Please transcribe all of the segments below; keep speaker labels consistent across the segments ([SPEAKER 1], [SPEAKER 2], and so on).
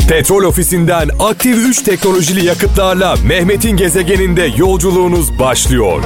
[SPEAKER 1] Petrol Ofisi'nden aktif 3 teknolojili yakıtlarla Mehmet'in gezegeninde yolculuğunuz başlıyor.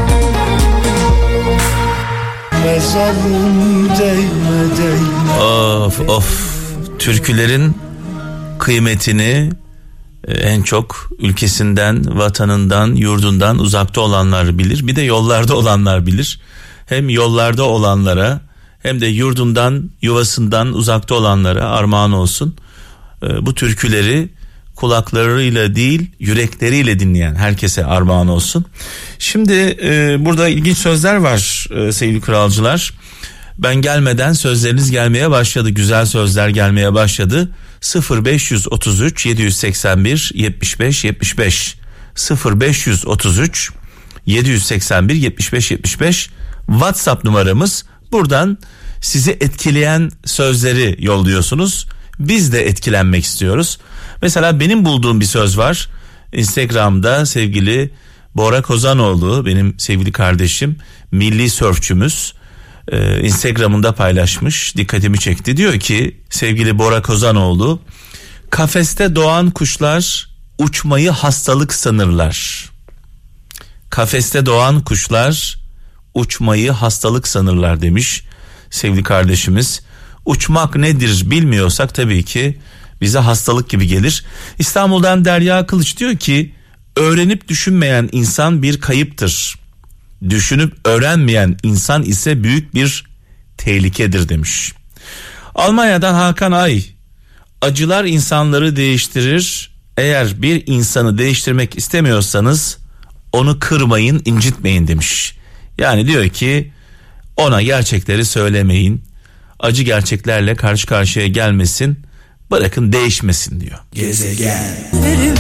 [SPEAKER 2] Of. Türkülerin kıymetini en çok ülkesinden, vatanından, yurdundan uzakta olanlar bilir. Bir de yollarda olanlar bilir. Hem yollarda olanlara hem de yurdundan, yuvasından uzakta olanlara armağan olsun. Bu türküleri kulaklarıyla değil, yürekleriyle dinleyen herkese armağan olsun. Şimdi burada ilginç sözler var sevgili kralcılar. Ben gelmeden sözleriniz gelmeye başladı. Güzel sözler gelmeye başladı. 0533 781 75 75 0533 781 75 75 WhatsApp numaramız. Buradan sizi etkileyen sözleri yolluyorsunuz. Biz de etkilenmek istiyoruz. Mesela benim bulduğum bir söz var. Instagram'da sevgili Bora Kozanoğlu, benim sevgili kardeşim, milli sörfçümüz, Instagram'ında paylaşmış, dikkatimi çekti. Diyor ki sevgili Bora Kozanoğlu, kafeste doğan kuşlar uçmayı hastalık sanırlar. Kafeste doğan kuşlar uçmayı hastalık sanırlar demiş sevgili kardeşimiz. Uçmak nedir bilmiyorsak tabii ki bize hastalık gibi gelir. İstanbul'dan Derya Kılıç diyor ki öğrenip düşünmeyen insan bir kayıptır. Düşünüp öğrenmeyen insan ise büyük bir tehlikedir demiş. Almanya'dan Hakan Ay, acılar insanları değiştirir. Eğer bir insanı değiştirmek istemiyorsanız onu kırmayın, incitmeyin demiş. Yani diyor ki ona gerçekleri söylemeyin. Acı gerçeklerle karşı karşıya gelmesin. Bırakın değişmesin diyor. Gezegen.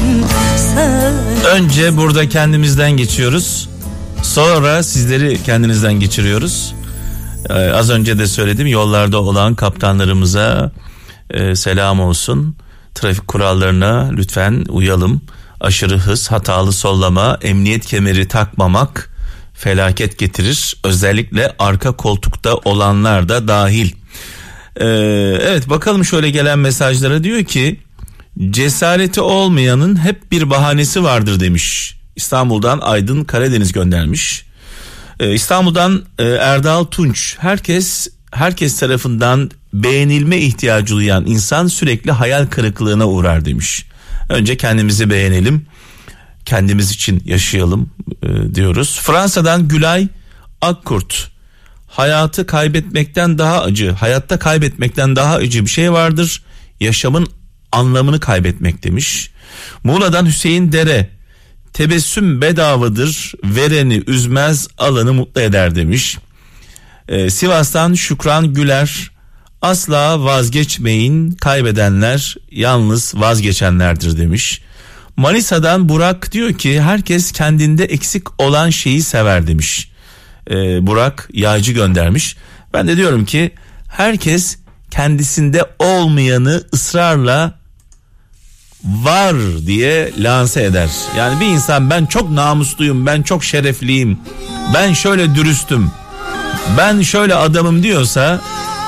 [SPEAKER 2] Önce burada kendimizden geçiyoruz. Sonra sizleri kendinizden geçiriyoruz. Az önce de söyledim, yollarda olan kaptanlarımıza selam olsun. Trafik kurallarına lütfen uyalım. Aşırı hız, hatalı sollama, emniyet kemeri takmamak felaket getirir. Özellikle arka koltukta olanlar da dahil. Evet, bakalım şöyle gelen mesajlara. Diyor ki cesareti olmayanın hep bir bahanesi vardır demiş. İstanbul'dan Aydın Karadeniz göndermiş. İstanbul'dan Erdal Tunç, herkes tarafından beğenilme ihtiyacı duyan insan sürekli hayal kırıklığına uğrar demiş. Önce kendimizi beğenelim, kendimiz için yaşayalım diyoruz. Fransa'dan Gülay Akkurt, hayatta kaybetmekten daha acı bir şey vardır. Yaşamın anlamını kaybetmek demiş. Muğla'dan Hüseyin Dere, tebessüm bedavadır, vereni üzmez, alanı mutlu eder demiş. Sivas'tan Şükran Güler, asla vazgeçmeyin, kaybedenler yalnız vazgeçenlerdir demiş. Manisa'dan Burak diyor ki herkes kendinde eksik olan şeyi sever demiş. Burak Yağcı göndermiş. Ben de diyorum ki herkes kendisinde olmayanı ısrarla var diye lanse eder. Yani bir insan ben çok namusluyum, ben çok şerefliyim, ben şöyle dürüstüm, ben şöyle adamım diyorsa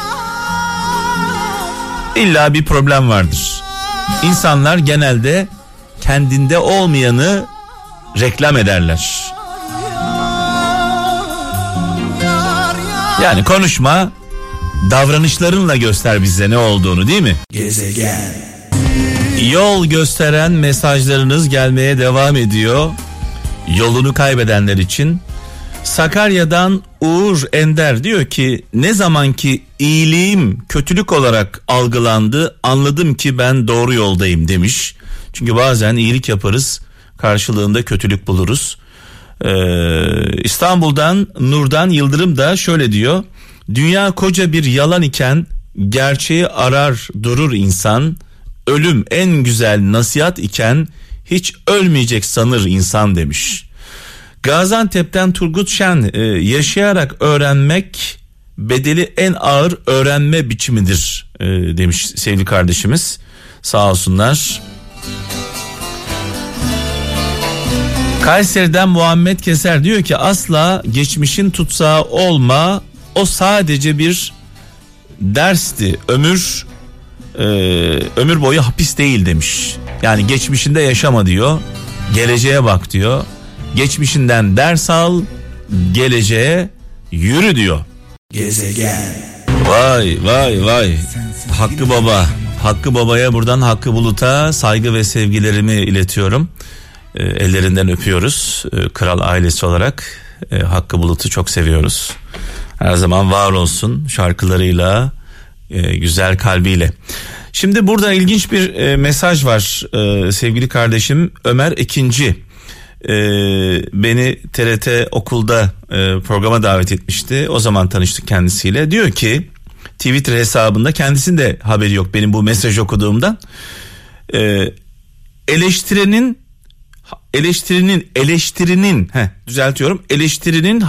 [SPEAKER 2] illa bir problem vardır. İnsanlar genelde kendinde olmayanı reklam ederler. Yani konuşma, davranışlarınla göster bize ne olduğunu, değil mi? Gezegen. Yol gösteren mesajlarınız gelmeye devam ediyor. Yolunu kaybedenler için. Sakarya'dan Uğur Ender diyor ki ne zamanki iyiliğim kötülük olarak algılandı, anladım ki ben doğru yoldayım demiş. Çünkü bazen iyilik yaparız, karşılığında kötülük buluruz. İstanbul'dan Nurdan Yıldırım da şöyle diyor. Dünya koca bir yalan iken gerçeği arar durur insan. Ölüm en güzel nasihat iken hiç ölmeyecek sanır insan demiş. Gaziantep'ten Turgut Şen, yaşayarak öğrenmek bedeli en ağır öğrenme biçimidir demiş sevgili kardeşimiz. Sağ olsunlar. Kayseri'den Muhammed Keser diyor ki asla geçmişin tutsağı olma, o sadece bir dersti, ömür ömür boyu hapis değil demiş. Yani geçmişinde yaşama diyor, geleceğe bak diyor. Geçmişinden ders al, geleceğe yürü diyor. Gezegen. Vay vay vay. Hakkı Baba. Hakkı Baba'ya buradan Hakkı Bulut'a saygı ve sevgilerimi iletiyorum. Ellerinden öpüyoruz. Kral ailesi olarak Hakkı Bulut'u çok seviyoruz. Her zaman var olsun şarkılarıyla, güzel kalbiyle. Şimdi burada ilginç bir mesaj var sevgili kardeşim Ömer Ekinci. Beni TRT okulda programa davet etmişti. O zaman tanıştık kendisiyle. Diyor ki Twitter hesabında, kendisinin de haberi yok benim bu mesaj okuduğumdan. Eleştirinin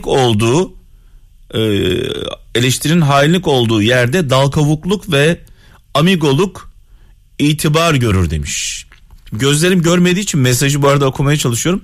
[SPEAKER 2] hainlik olduğu yerde dal kavukluk ve amigoluk itibar görür demiş. Gözlerim görmediği için mesajı bu arada okumaya çalışıyorum.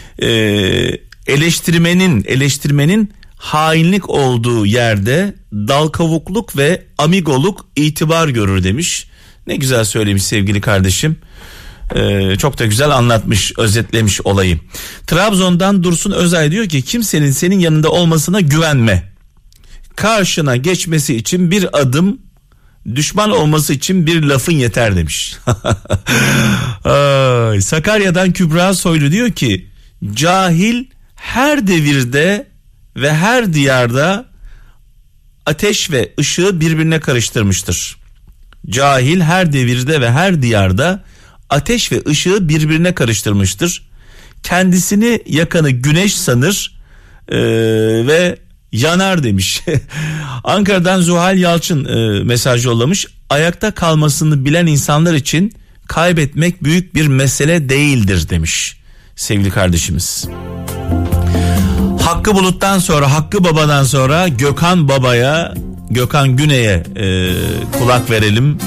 [SPEAKER 2] Eleştirmenin hainlik olduğu yerde dal kavukluk ve amigoluk itibar görür demiş. Ne güzel söylemiş sevgili kardeşim. Çok da güzel anlatmış, özetlemiş olayı. Trabzon'dan Dursun Özay diyor ki kimsenin senin yanında olmasına güvenme. Karşına geçmesi için bir adım, düşman olması için bir lafın yeter demiş. Sakarya'dan Kübra Soylu diyor ki cahil her devirde ve her diyarda ateş ve ışığı birbirine karıştırmıştır. Cahil her devirde ve her diyarda ateş ve ışığı birbirine karıştırmıştır. Kendisini yakanı güneş sanır ve yanar demiş. Ankara'dan Zuhal Yalçın mesaj yollamış. Ayakta kalmasını bilen insanlar için kaybetmek büyük bir mesele değildir demiş sevgili kardeşimiz. Hakkı Bulut'tan sonra, Hakkı Baba'dan sonra Gökhan Güney'e kulak verelim.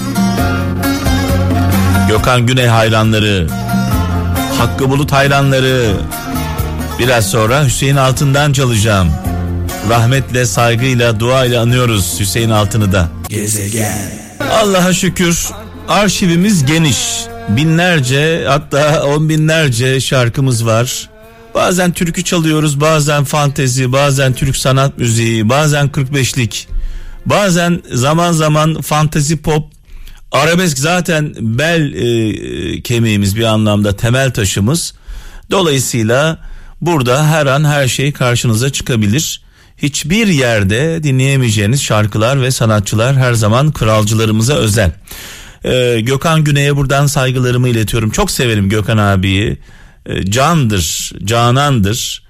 [SPEAKER 2] Gökhan Güney hayranları, Hakkı Bulut hayranları, biraz sonra Hüseyin Altın'dan çalacağım. Rahmetle, saygıyla, duayla anıyoruz Hüseyin Altın'ı da. Gezegen. Allah'a şükür arşivimiz geniş. Binlerce, hatta 10 binlerce şarkımız var. Bazen türkü çalıyoruz, bazen fantezi, bazen Türk sanat müziği, bazen 45'lik, bazen zaman zaman fantezi pop, arabesk zaten bel kemiğimiz, bir anlamda temel taşımız. Dolayısıyla burada her an her şey karşınıza çıkabilir. Hiçbir yerde dinleyemeyeceğiniz şarkılar ve sanatçılar her zaman kralcılarımıza özel. Gökhan Güney'e buradan saygılarımı iletiyorum. Çok severim Gökhan abiyi. Candır, canandır.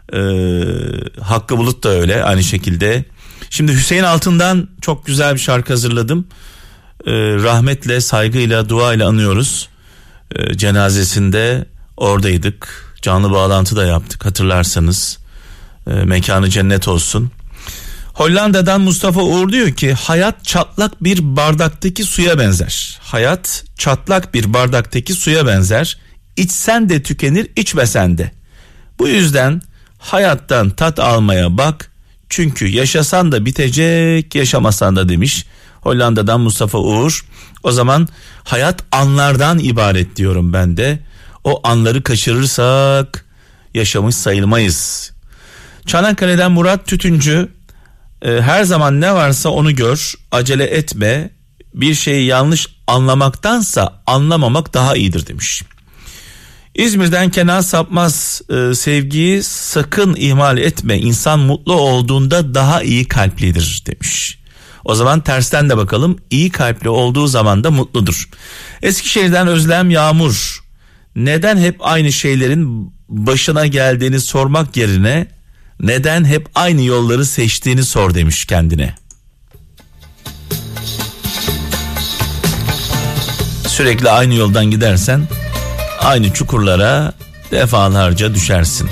[SPEAKER 2] Hakkı Bulut da öyle aynı şekilde. Şimdi Hüseyin Altın'dan çok güzel bir şarkı hazırladım. Rahmetle, saygıyla, duayla anıyoruz. Cenazesinde oradaydık. Canlı bağlantı da yaptık hatırlarsanız. Mekanı cennet olsun. Hollanda'dan Mustafa Uğur diyor ki hayat çatlak bir bardaktaki suya benzer. Hayat çatlak bir bardaktaki suya benzer. İçsen de tükenir, içmesen de. Bu yüzden hayattan tat almaya bak. Çünkü yaşasan da bitecek, yaşamasan da demiş. Hollanda'dan Mustafa Uğur. O zaman hayat anlardan ibaret diyorum ben de. O anları kaçırırsak yaşamış sayılmayız. Çanakkale'den Murat Tütüncü, her zaman ne varsa onu gör, acele etme, bir şeyi yanlış anlamaktansa anlamamak daha iyidir demiş. İzmir'den Kenan Sapmaz, sevgiyi sakın ihmal etme, insan mutlu olduğunda daha iyi kalplidir demiş. O zaman tersten de bakalım, iyi kalpli olduğu zaman da mutludur. Eskişehir'den Özlem Yağmur, neden hep aynı şeylerin başına geldiğini sormak yerine neden hep aynı yolları seçtiğini sor demiş kendine. Sürekli aynı yoldan gidersen aynı çukurlara defalarca düşersin.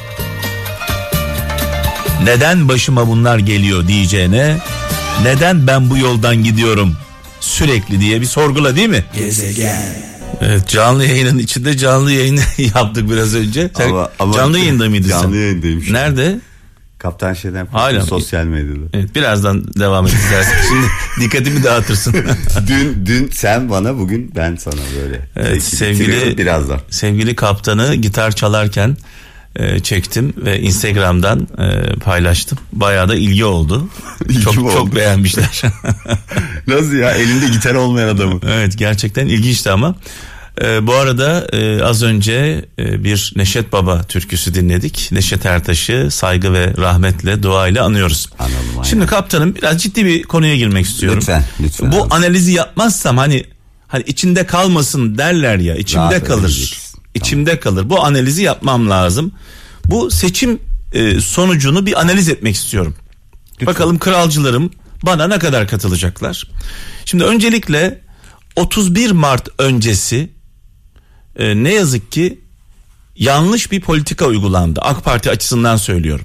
[SPEAKER 2] Neden başıma bunlar geliyor diyeceğine neden ben bu yoldan gidiyorum sürekli diye bir sorgula, değil mi? Gezegen. Evet, canlı yayının içinde canlı yayın yaptık biraz önce. Sen
[SPEAKER 3] ama
[SPEAKER 2] canlı yayında mıydın sen?
[SPEAKER 3] Canlı yayındayım.
[SPEAKER 2] Nerede?
[SPEAKER 3] Kaptan şeyden
[SPEAKER 2] Hala
[SPEAKER 3] sosyal medyada.
[SPEAKER 2] Evet, birazdan devam edeceğiz. Şimdi dikkatimi dağıtırsın.
[SPEAKER 3] dün sen bana, bugün ben sana böyle.
[SPEAKER 2] Evet, sevgili kaptanı gitar çalarken çektim ve Instagram'dan paylaştım. Bayağı da ilgi oldu. Çok beğenmişler.
[SPEAKER 3] Nasıl ya, elinde gitar olmayan adamı.
[SPEAKER 2] Evet, gerçekten ilginçti ama. Bu arada az önce bir Neşet Baba türküsü dinledik. Neşet Ertaş'ı saygı ve rahmetle, duayla anıyoruz.
[SPEAKER 3] Anladım.
[SPEAKER 2] Şimdi kaptanım, biraz ciddi bir konuya girmek istiyorum.
[SPEAKER 3] Lütfen.
[SPEAKER 2] Bu analizi yapmazsam hani içinde kalmasın derler ya, içimde
[SPEAKER 3] rahat
[SPEAKER 2] kalır. İçimde kalır. Bu analizi yapmam lazım. Bu seçim sonucunu bir analiz etmek istiyorum. Lütfen. Bakalım kralcılarım bana ne kadar katılacaklar. Şimdi öncelikle 31 Mart öncesi ne yazık ki yanlış bir politika uygulandı. AK Parti açısından söylüyorum.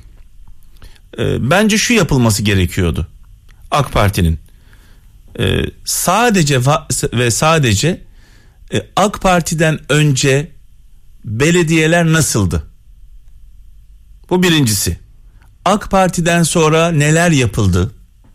[SPEAKER 2] Bence şu yapılması gerekiyordu. AK Parti'nin sadece ve sadece AK Parti'den önce belediyeler nasıldı? Bu birincisi. AK Parti'den sonra neler yapıldı?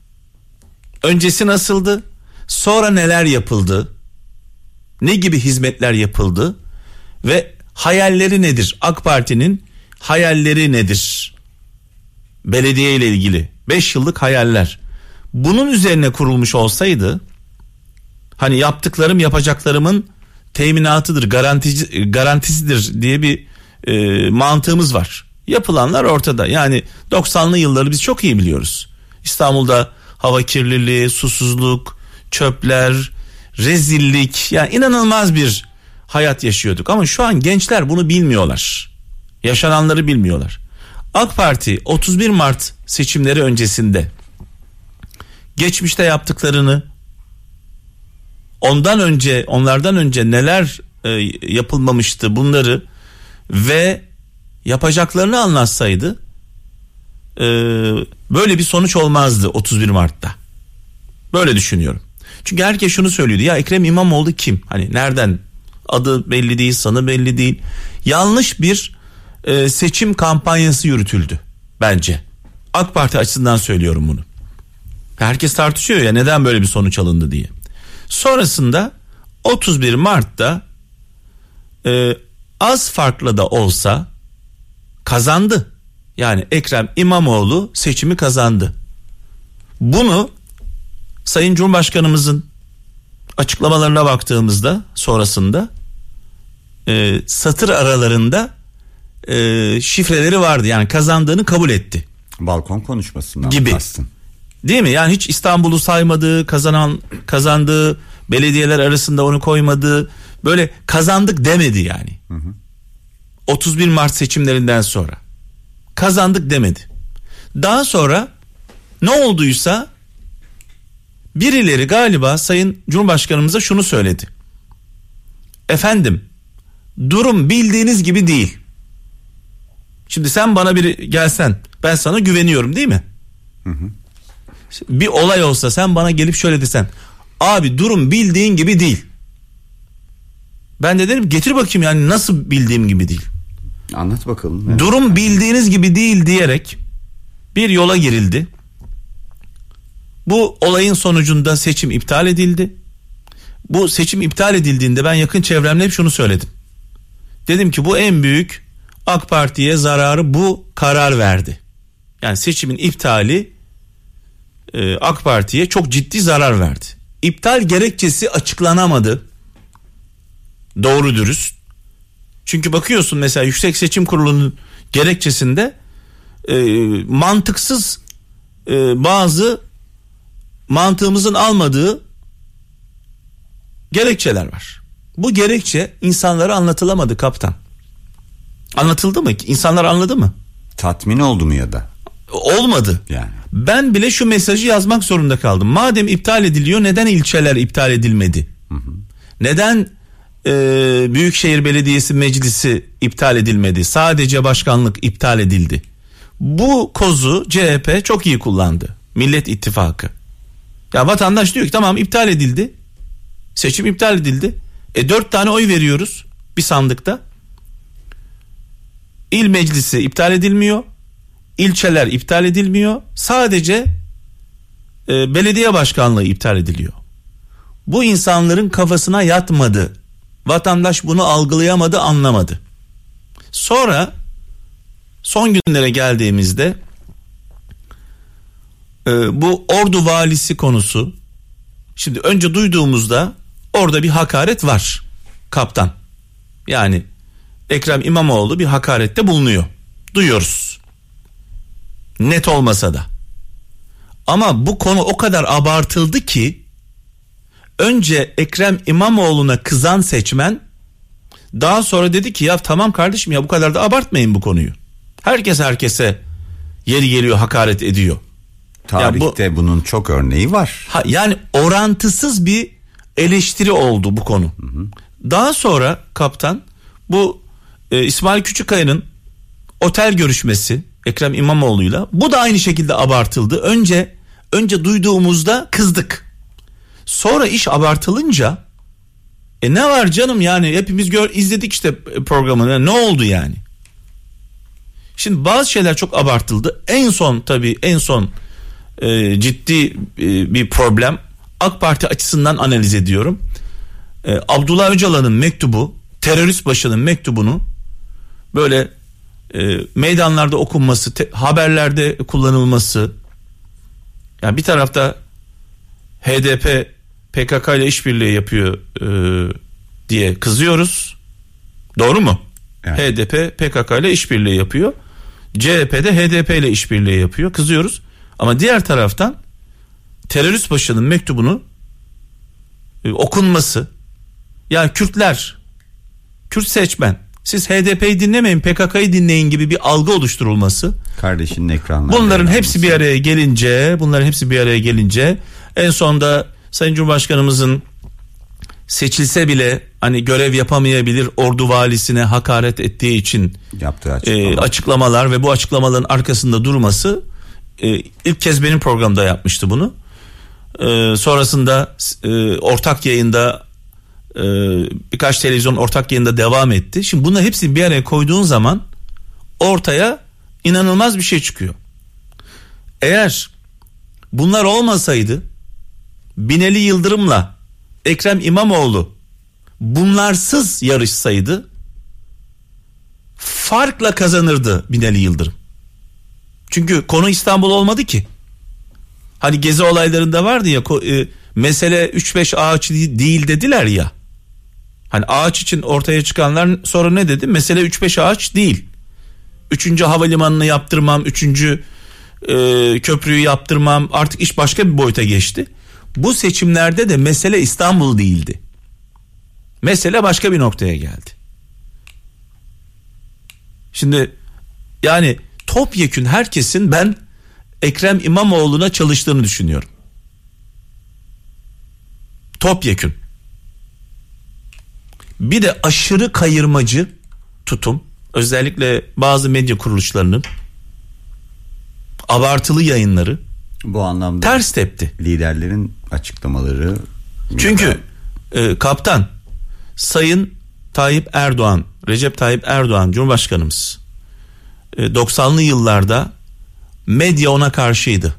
[SPEAKER 2] Öncesi nasıldı? Sonra neler yapıldı? Ne gibi hizmetler yapıldı? Ve hayalleri nedir? AK Parti'nin hayalleri nedir? Belediye ile ilgili 5 yıllık hayaller. Bunun üzerine kurulmuş olsaydı, hani yaptıklarım yapacaklarımın teminatıdır, garantisidir diye bir mantığımız var. Yapılanlar ortada. Yani 90'lı yılları biz çok iyi biliyoruz. İstanbul'da hava kirliliği, susuzluk, çöpler, rezillik, yani inanılmaz bir hayat yaşıyorduk. Ama şu an gençler bunu bilmiyorlar. Yaşananları bilmiyorlar. AK Parti 31 Mart seçimleri öncesinde geçmişte yaptıklarını, onlardan önce neler yapılmamıştı bunları ve yapacaklarını anlatsaydı böyle bir sonuç olmazdı 31 Mart'ta. Böyle düşünüyorum. Çünkü herkes şunu söylüyordu. Ya Ekrem İmamoğlu kim? Hani nereden? Adı belli değil, sanı belli değil. Yanlış bir seçim kampanyası yürütüldü bence. AK Parti açısından söylüyorum bunu. Herkes tartışıyor ya, neden böyle bir sonuç alındı diye. Sonrasında 31 Mart'ta az farklı da olsa kazandı. Yani Ekrem İmamoğlu seçimi kazandı. Bunu Sayın Cumhurbaşkanımızın açıklamalarına baktığımızda sonrasında satır aralarında şifreleri vardı. Yani kazandığını kabul etti.
[SPEAKER 3] Balkon konuşmasından
[SPEAKER 2] gibi.
[SPEAKER 3] Kastın.
[SPEAKER 2] Değil mi? Yani hiç İstanbul'u saymadı, kazandığı belediyeler arasında onu koymadı. Böyle kazandık demedi yani. Hı. 31 Mart seçimlerinden sonra kazandık demedi. Daha sonra ne olduysa birileri galiba Sayın Cumhurbaşkanımıza şunu söyledi. Efendim, durum bildiğiniz gibi değil. Şimdi sen bana biri gelsen, ben sana güveniyorum değil mi? Hı. Bir olay olsa sen bana gelip şöyle desen, abi durum bildiğin gibi değil. Ben de derim getir bakayım, yani nasıl bildiğim gibi değil.
[SPEAKER 3] Anlat bakalım. Evet.
[SPEAKER 2] Durum bildiğiniz gibi değil diyerek bir yola girildi. Bu olayın sonucunda seçim iptal edildi. Bu seçim iptal edildiğinde ben yakın çevremle hep şunu söyledim. Dedim ki bu en büyük AK Parti'ye zararı bu karar verdi. Yani seçimin iptali AK Parti'ye çok ciddi zarar verdi. İptal gerekçesi açıklanamadı. Doğru dürüst. Çünkü bakıyorsun mesela Yüksek Seçim Kurulu'nun gerekçesinde mantıksız bazı mantığımızın almadığı gerekçeler var. Bu gerekçe insanlara anlatılamadı kaptan. Anlatıldı mı? İnsanlar anladı mı?
[SPEAKER 3] Tatmin oldu mu ya da?
[SPEAKER 2] Olmadı.
[SPEAKER 3] Yani.
[SPEAKER 2] Ben bile şu mesajı yazmak zorunda kaldım. Madem iptal ediliyor, neden ilçeler iptal edilmedi? Hı. Neden Büyükşehir Belediyesi Meclisi iptal edilmedi? Sadece başkanlık iptal edildi. Bu kozu CHP çok iyi kullandı. Millet İttifakı. Ya vatandaş diyor ki tamam iptal edildi. Seçim iptal edildi. 4 tane oy veriyoruz bir sandıkta. İl meclisi iptal edilmiyor. ilçeler iptal edilmiyor. Sadece belediye başkanlığı iptal ediliyor. Bu insanların kafasına yatmadı. Vatandaş bunu algılayamadı, anlamadı. Sonra son günlere geldiğimizde bu Ordu valisi konusu. Şimdi önce duyduğumuzda orada bir hakaret var. Kaptan. Yani Ekrem İmamoğlu bir hakarette bulunuyor. Duyuyoruz. Net olmasa da. Ama bu konu o kadar abartıldı ki önce Ekrem İmamoğlu'na kızan seçmen daha sonra dedi ki ya tamam kardeşim ya bu kadar da abartmayın bu konuyu. Herkes herkese yeri geliyor hakaret ediyor.
[SPEAKER 3] Tarihte bunun çok örneği var.
[SPEAKER 2] Yani orantısız bir eleştiri oldu bu konu. Daha sonra kaptan bu İsmail Küçükkaya'nın otel görüşmesi Ekrem İmamoğlu'yla, bu da aynı şekilde abartıldı. Önce duyduğumuzda kızdık. Sonra iş abartılınca ne var canım yani hepimiz izledik işte programını, ne oldu yani? Şimdi bazı şeyler çok abartıldı. En son ciddi bir problem AK Parti açısından analiz ediyorum. Abdullah Öcalan'ın mektubu, terörist başının mektubunu böyle meydanlarda okunması, haberlerde kullanılması. Yani bir tarafta HDP PKK ile işbirliği yapıyor diye kızıyoruz. Doğru mu? Evet. HDP PKK ile işbirliği yapıyor. CHP de HDP ile işbirliği yapıyor. Kızıyoruz. Ama diğer taraftan terörist başının mektubunu okunması. Yani Kürt seçmen, siz HDP'yi dinlemeyin, PKK'yı dinleyin gibi bir algı oluşturulması.
[SPEAKER 3] Kardeşinin ekranlarında.
[SPEAKER 2] Bunların hepsi bir araya gelince en sonda Sayın Cumhurbaşkanımızın seçilse bile hani görev yapamayabilir Ordu valisine hakaret ettiği için
[SPEAKER 3] yaptığı
[SPEAKER 2] açıklamalar ve bu açıklamaların arkasında durması, ilk kez benim programda yapmıştı bunu. Sonrasında ortak yayında birkaç televizyon ortak yayında devam etti. Şimdi bunları hepsini bir araya koyduğun zaman ortaya inanılmaz bir şey çıkıyor. Eğer bunlar olmasaydı Binali Yıldırım'la Ekrem İmamoğlu bunlarsız yarışsaydı farkla kazanırdı Binali Yıldırım. Çünkü konu İstanbul olmadı ki. Hani gezi olaylarında vardı ya mesele 3-5 ağaç değil dediler ya. Hani ağaç için ortaya çıkanlar sonra ne dedi? Mesele 3-5 ağaç değil. 3. havalimanını yaptırmam, 3. köprüyü yaptırmam, artık iş başka bir boyuta geçti. Bu seçimlerde de mesele İstanbul değildi. Mesele başka bir noktaya geldi. Şimdi yani topyekün herkesin ben Ekrem İmamoğlu'na çalıştığını düşünüyorum. Topyekün. Bir de aşırı kayırmacı tutum, özellikle bazı medya kuruluşlarının abartılı yayınları
[SPEAKER 3] bu anlamda
[SPEAKER 2] ters tepti.
[SPEAKER 3] Liderlerin açıklamaları.
[SPEAKER 2] Çünkü kaptan Sayın Recep Tayyip Erdoğan Cumhurbaşkanımız 90'lı yıllarda medya ona karşıydı.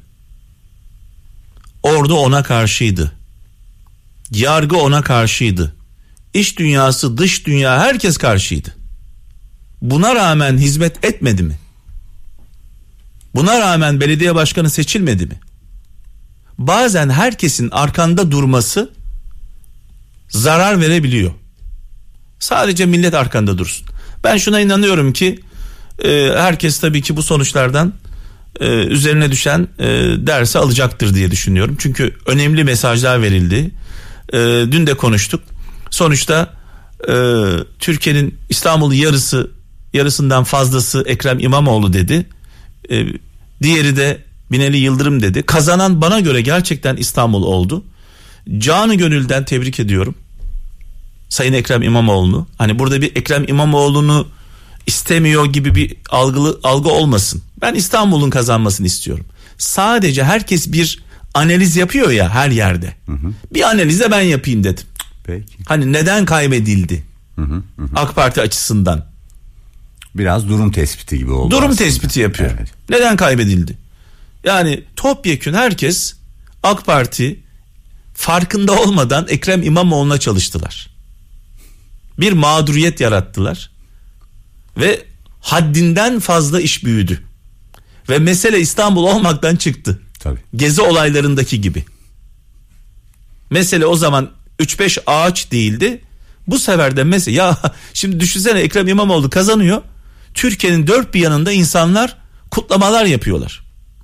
[SPEAKER 2] Ordu ona karşıydı. Yargı ona karşıydı. İş dünyası, dış dünya, herkes karşıydı. Buna rağmen hizmet etmedi mi? Buna rağmen belediye başkanı seçilmedi mi? Bazen herkesin arkanda durması zarar verebiliyor. Sadece millet arkanda dursun. Ben şuna inanıyorum ki herkes tabii ki bu sonuçlardan üzerine düşen dersi alacaktır diye düşünüyorum. Çünkü önemli mesajlar verildi. Dün de konuştuk. Sonuçta Türkiye'nin İstanbul'un yarısından fazlası Ekrem İmamoğlu dedi. Diğeri de Binali Yıldırım dedi. Kazanan bana göre gerçekten İstanbul oldu. Canı gönülden tebrik ediyorum Sayın Ekrem İmamoğlu'nu. Hani burada bir Ekrem İmamoğlu'nu istemiyor gibi bir algı olmasın. Ben İstanbul'un kazanmasını istiyorum. Sadece herkes bir analiz yapıyor ya her yerde. Bir analiz de ben yapayım dedim.
[SPEAKER 3] Peki.
[SPEAKER 2] Hani neden kaybedildi? AK Parti açısından.
[SPEAKER 3] Biraz durum tespiti gibi oldu.
[SPEAKER 2] Durum
[SPEAKER 3] aslında.
[SPEAKER 2] tespiti yapıyor.
[SPEAKER 3] Evet.
[SPEAKER 2] Neden kaybedildi? Yani topyekün herkes AK Parti farkında olmadan Ekrem İmamoğlu'na çalıştılar. Bir mağduriyet yarattılar. Ve haddinden fazla iş büyüdü. Ve mesele İstanbul olmaktan çıktı.
[SPEAKER 3] Tabii.
[SPEAKER 2] Gezi olaylarındaki gibi. Mesele o zaman 3-5 ağaç değildi. Bu sefer de mesele, ya şimdi düşünsene, Ekrem İmamoğlu kazanıyor. Türkiye'nin dört bir yanında insanlar kutlamalar yapıyorlar.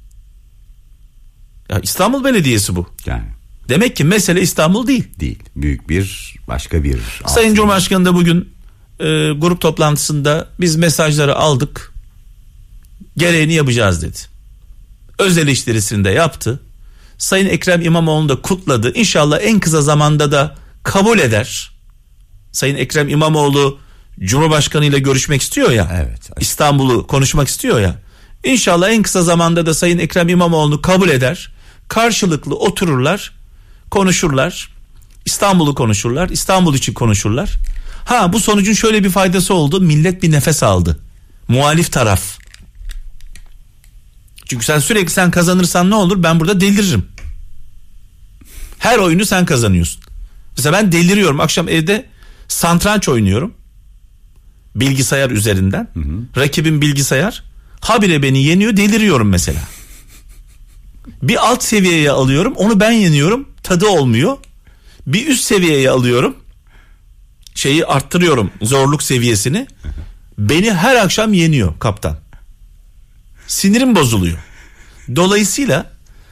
[SPEAKER 2] Ya İstanbul Belediyesi bu.
[SPEAKER 3] Yani
[SPEAKER 2] Demek ki mesele İstanbul değil.
[SPEAKER 3] değil. Büyük bir başka bir.
[SPEAKER 2] Sayın Cumhurbaşkanı da bugün grup toplantısında biz mesajları aldık, gereğini yapacağız dedi. Öz eleştirisini de yaptı. Sayın Ekrem İmamoğlu'nu da kutladı. İnşallah en kısa zamanda da kabul eder. Sayın Ekrem İmamoğlu Cumhurbaşkanı ile görüşmek istiyor ya.
[SPEAKER 3] Evet.
[SPEAKER 2] İstanbul'u konuşmak istiyor ya. İnşallah en kısa zamanda da Sayın Ekrem İmamoğlu'nu kabul eder. Karşılıklı otururlar, konuşurlar. İstanbul'u konuşurlar. İstanbul için konuşurlar. Ha, bu sonucun şöyle bir faydası oldu. Millet bir nefes aldı. Muhalif taraf. Çünkü sen kazanırsan ne olur? Ben burada deliririm. Her oyunu sen kazanıyorsun. Mesela ben deliriyorum. Akşam evde satranç oynuyorum. Bilgisayar üzerinden. Rakibim bilgisayar. Habire beni yeniyor, deliriyorum mesela. Bir alt seviyeye alıyorum, onu ben yeniyorum, tadı olmuyor. Bir üst seviyeye alıyorum, şeyi arttırıyorum, zorluk seviyesini. Beni her akşam yeniyor kaptan. Sinirim bozuluyor. Dolayısıyla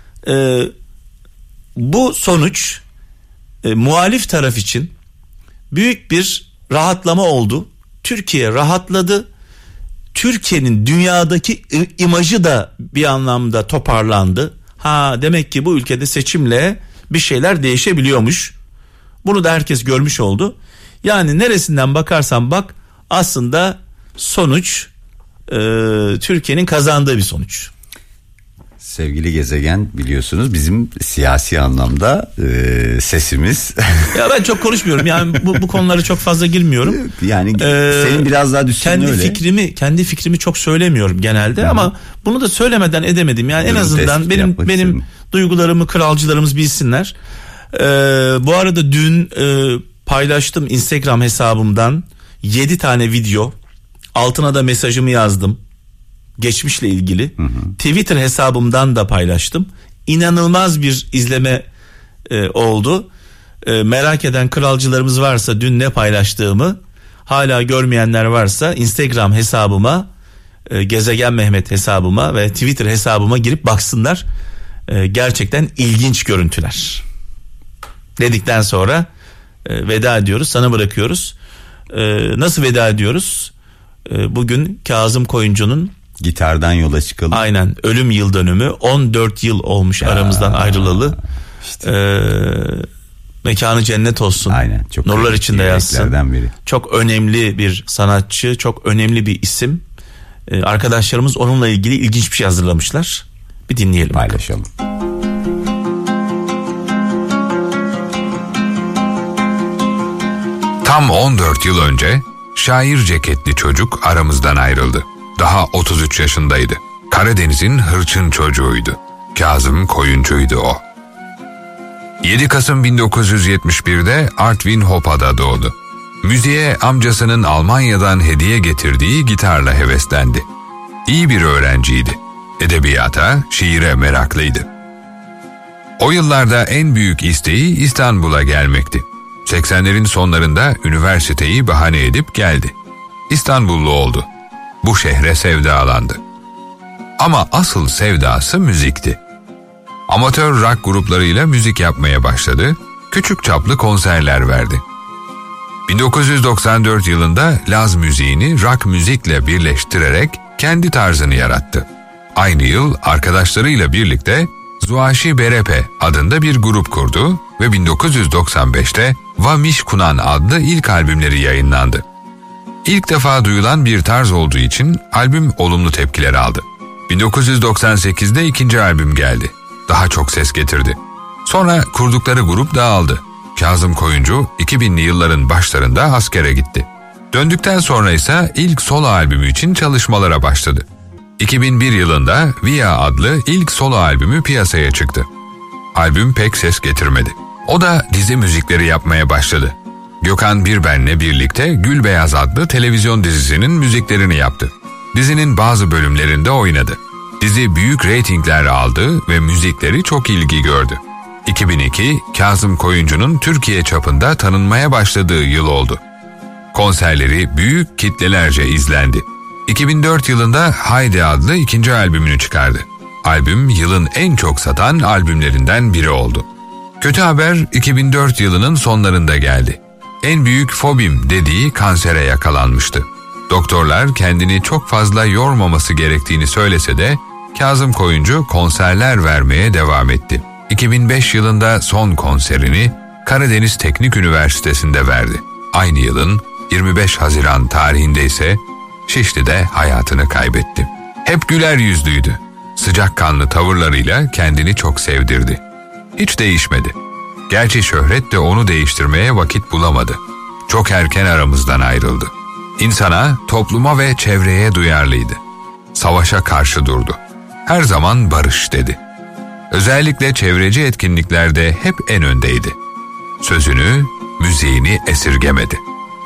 [SPEAKER 2] bu sonuç muhalif taraf için büyük bir rahatlama oldu. Türkiye rahatladı. Türkiye'nin dünyadaki imajı da bir anlamda toparlandı. Ha, demek ki bu ülkede seçimle bir şeyler değişebiliyormuş. Bunu da herkes görmüş oldu. Yani neresinden bakarsan bak, aslında sonuç Türkiye'nin kazandığı bir sonuç.
[SPEAKER 3] Sevgili gezegen, biliyorsunuz bizim siyasi anlamda sesimiz.
[SPEAKER 2] Ya ben çok konuşmuyorum. Yani bu konulara çok fazla girmiyorum.
[SPEAKER 3] Yani senin biraz daha düşsün öyle.
[SPEAKER 2] Kendi fikrimi çok söylemiyorum genelde. Hı-hı. Ama bunu da söylemeden edemedim. Yani en azından benim duygularımı kralcılarımız bilsinler. Bu arada dün paylaştım Instagram hesabımdan 7 tane video. Altına da mesajımı yazdım. Geçmişle ilgili. Twitter hesabımdan da paylaştım. İnanılmaz bir izleme oldu. Merak eden kralcılarımız varsa dün ne paylaştığımı, hala görmeyenler varsa Instagram hesabıma, Gezegen Mehmet hesabıma ve Twitter hesabıma girip baksınlar. Gerçekten ilginç görüntüler. Dedikten sonra veda ediyoruz, sana bırakıyoruz. Nasıl veda ediyoruz? Bugün Kazım Koyuncu'nun
[SPEAKER 3] Gitardan yola çıkalım.
[SPEAKER 2] Aynen, ölüm yıl dönümü. 14 yıl olmuş aramızdan ayrılalı. İşte. Mekanı cennet olsun.
[SPEAKER 3] Aynen, çok
[SPEAKER 2] nurlar içinde yatsın.
[SPEAKER 3] Biri.
[SPEAKER 2] Çok önemli bir sanatçı, çok önemli bir isim. Arkadaşlarımız onunla ilgili ilginç bir şey hazırlamışlar. Bir dinleyelim.
[SPEAKER 3] Paylaşalım.
[SPEAKER 4] Tam 14 yıl önce şair ceketli çocuk aramızdan ayrıldı. Daha 33 yaşındaydı. Karadeniz'in hırçın çocuğuydu. Kazım Koyuncu'ydu o. 7 Kasım 1971'de Artvin Hopa'da doğdu. Müziğe amcasının Almanya'dan hediye getirdiği gitarla heveslendi. İyi bir öğrenciydi. Edebiyata, şiire meraklıydı. O yıllarda en büyük isteği İstanbul'a gelmekti. 80'lerin sonlarında üniversiteyi bahane edip geldi. İstanbullu oldu. Bu şehre sevdalandı. Ama asıl sevdası müzikti. Amatör rock gruplarıyla müzik yapmaya başladı, küçük çaplı konserler verdi. 1994 yılında Laz müziğini rock müzikle birleştirerek kendi tarzını yarattı. Aynı yıl arkadaşlarıyla birlikte Zuaşi Berepe adında bir grup kurdu ve 1995'te Vamiş Kunan adlı ilk albümleri yayınlandı. İlk defa duyulan bir tarz olduğu için albüm olumlu tepkiler aldı. 1998'de ikinci albüm geldi. Daha çok ses getirdi. Sonra kurdukları grup dağıldı. Kazım Koyuncu 2000'li yılların başlarında askere gitti. Döndükten sonra ise ilk solo albümü için çalışmalara başladı. 2001 yılında Via adlı ilk solo albümü piyasaya çıktı. Albüm pek ses getirmedi. O da dizi müzikleri yapmaya başladı. Gökhan Birben'le birlikte Gülbeyaz adlı televizyon dizisinin müziklerini yaptı. Dizinin bazı bölümlerinde oynadı. Dizi büyük reytingler aldı ve müzikleri çok ilgi gördü. 2002, Kazım Koyuncu'nun Türkiye çapında tanınmaya başladığı yıl oldu. Konserleri büyük kitlelerce izlendi. 2004 yılında Haydi adlı ikinci albümünü çıkardı. Albüm yılın en çok satan albümlerinden biri oldu. Kötü haber 2004 yılının sonlarında geldi. En büyük fobim dediği kansere yakalanmıştı. Doktorlar kendini çok fazla yormaması gerektiğini söylese de Kazım Koyuncu konserler vermeye devam etti. 2005 yılında son konserini Karadeniz Teknik Üniversitesi'nde verdi. Aynı yılın 25 Haziran tarihinde ise Şişli'de hayatını kaybetti. Hep güler yüzlüydü. Sıcakkanlı tavırlarıyla kendini çok sevdirdi. Hiç değişmedi. Gerçi şöhret de onu değiştirmeye vakit bulamadı. Çok erken aramızdan ayrıldı. İnsana, topluma ve çevreye duyarlıydı. Savaşa karşı durdu. Her zaman barış dedi. Özellikle çevreci etkinliklerde hep en öndeydi. Sözünü, müziğini esirgemedi.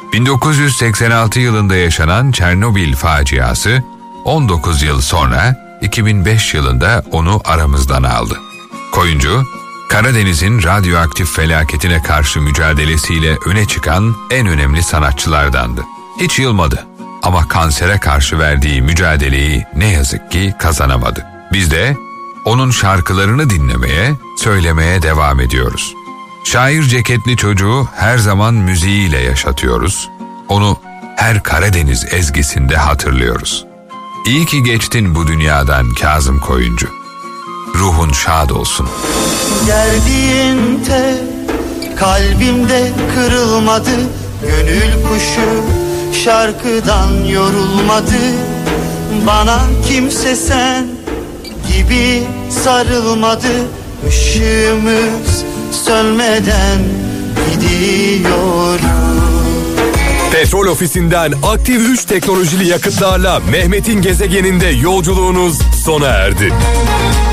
[SPEAKER 4] 1986 yılında yaşanan Çernobil faciası 19 yıl sonra 2005 yılında onu aramızdan aldı. Koyuncu, Karadeniz'in radyoaktif felaketine karşı mücadelesiyle öne çıkan en önemli sanatçılardandı. Hiç yılmadı ama kansere karşı verdiği mücadeleyi ne yazık ki kazanamadı. Biz de onun şarkılarını dinlemeye, söylemeye devam ediyoruz. Şair ceketli çocuğu her zaman müziğiyle yaşatıyoruz. Onu her Karadeniz ezgisinde hatırlıyoruz. İyi ki geçtin bu dünyadan Kazım Koyuncu. Ruhun şad olsun.
[SPEAKER 5] Gerdiğin tel kalbimde kırılmadı. Gönül kuşu şarkıdan yorulmadı. Bana kimse sen gibi sarılmadı. Işığımız sönmeden gidiyoruz.
[SPEAKER 1] Petrol Ofisi'nden aktif 3 teknolojili yakıtlarla Mehmet'in gezegeninde yolculuğunuz sona erdi.